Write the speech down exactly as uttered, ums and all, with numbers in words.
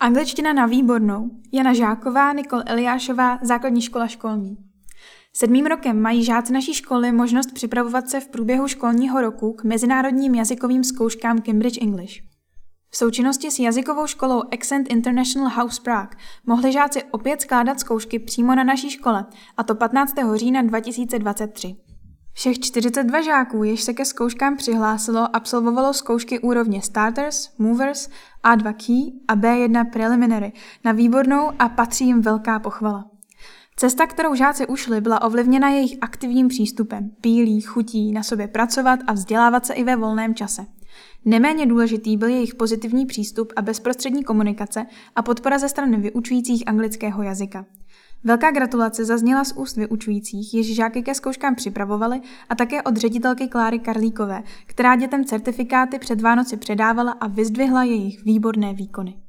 Angličtina na výbornou. Jana Žáková, Nikol Eliášová, Základní škola školní. Sedmým rokem mají žáci naší školy možnost připravovat se v průběhu školního roku k mezinárodním jazykovým zkouškám Cambridge English. V součinnosti s jazykovou školou Accent International House Prague mohli žáci opět skládat zkoušky přímo na naší škole, a to patnáctého října dva tisíce dvacet tři. Všech čtyřicet dva žáků, jež se ke zkouškám přihlásilo, absolvovalo zkoušky úrovně Starters, Movers, A dva Key a B jedna Preliminary na výbornou a patří jim velká pochvala. Cesta, kterou žáci ušli, byla ovlivněna jejich aktivním přístupem, pílí, chutí na sobě pracovat a vzdělávat se i ve volném čase. Neméně důležitý byl jejich pozitivní přístup a bezprostřední komunikace a podpora ze strany vyučujících anglického jazyka. Velká gratulace zazněla z úst vyučujících, jež žáky ke zkouškám připravovali, a také od ředitelky Kláry Karlíkové, která dětem certifikáty před Vánoci předávala a vyzdvihla jejich výborné výkony.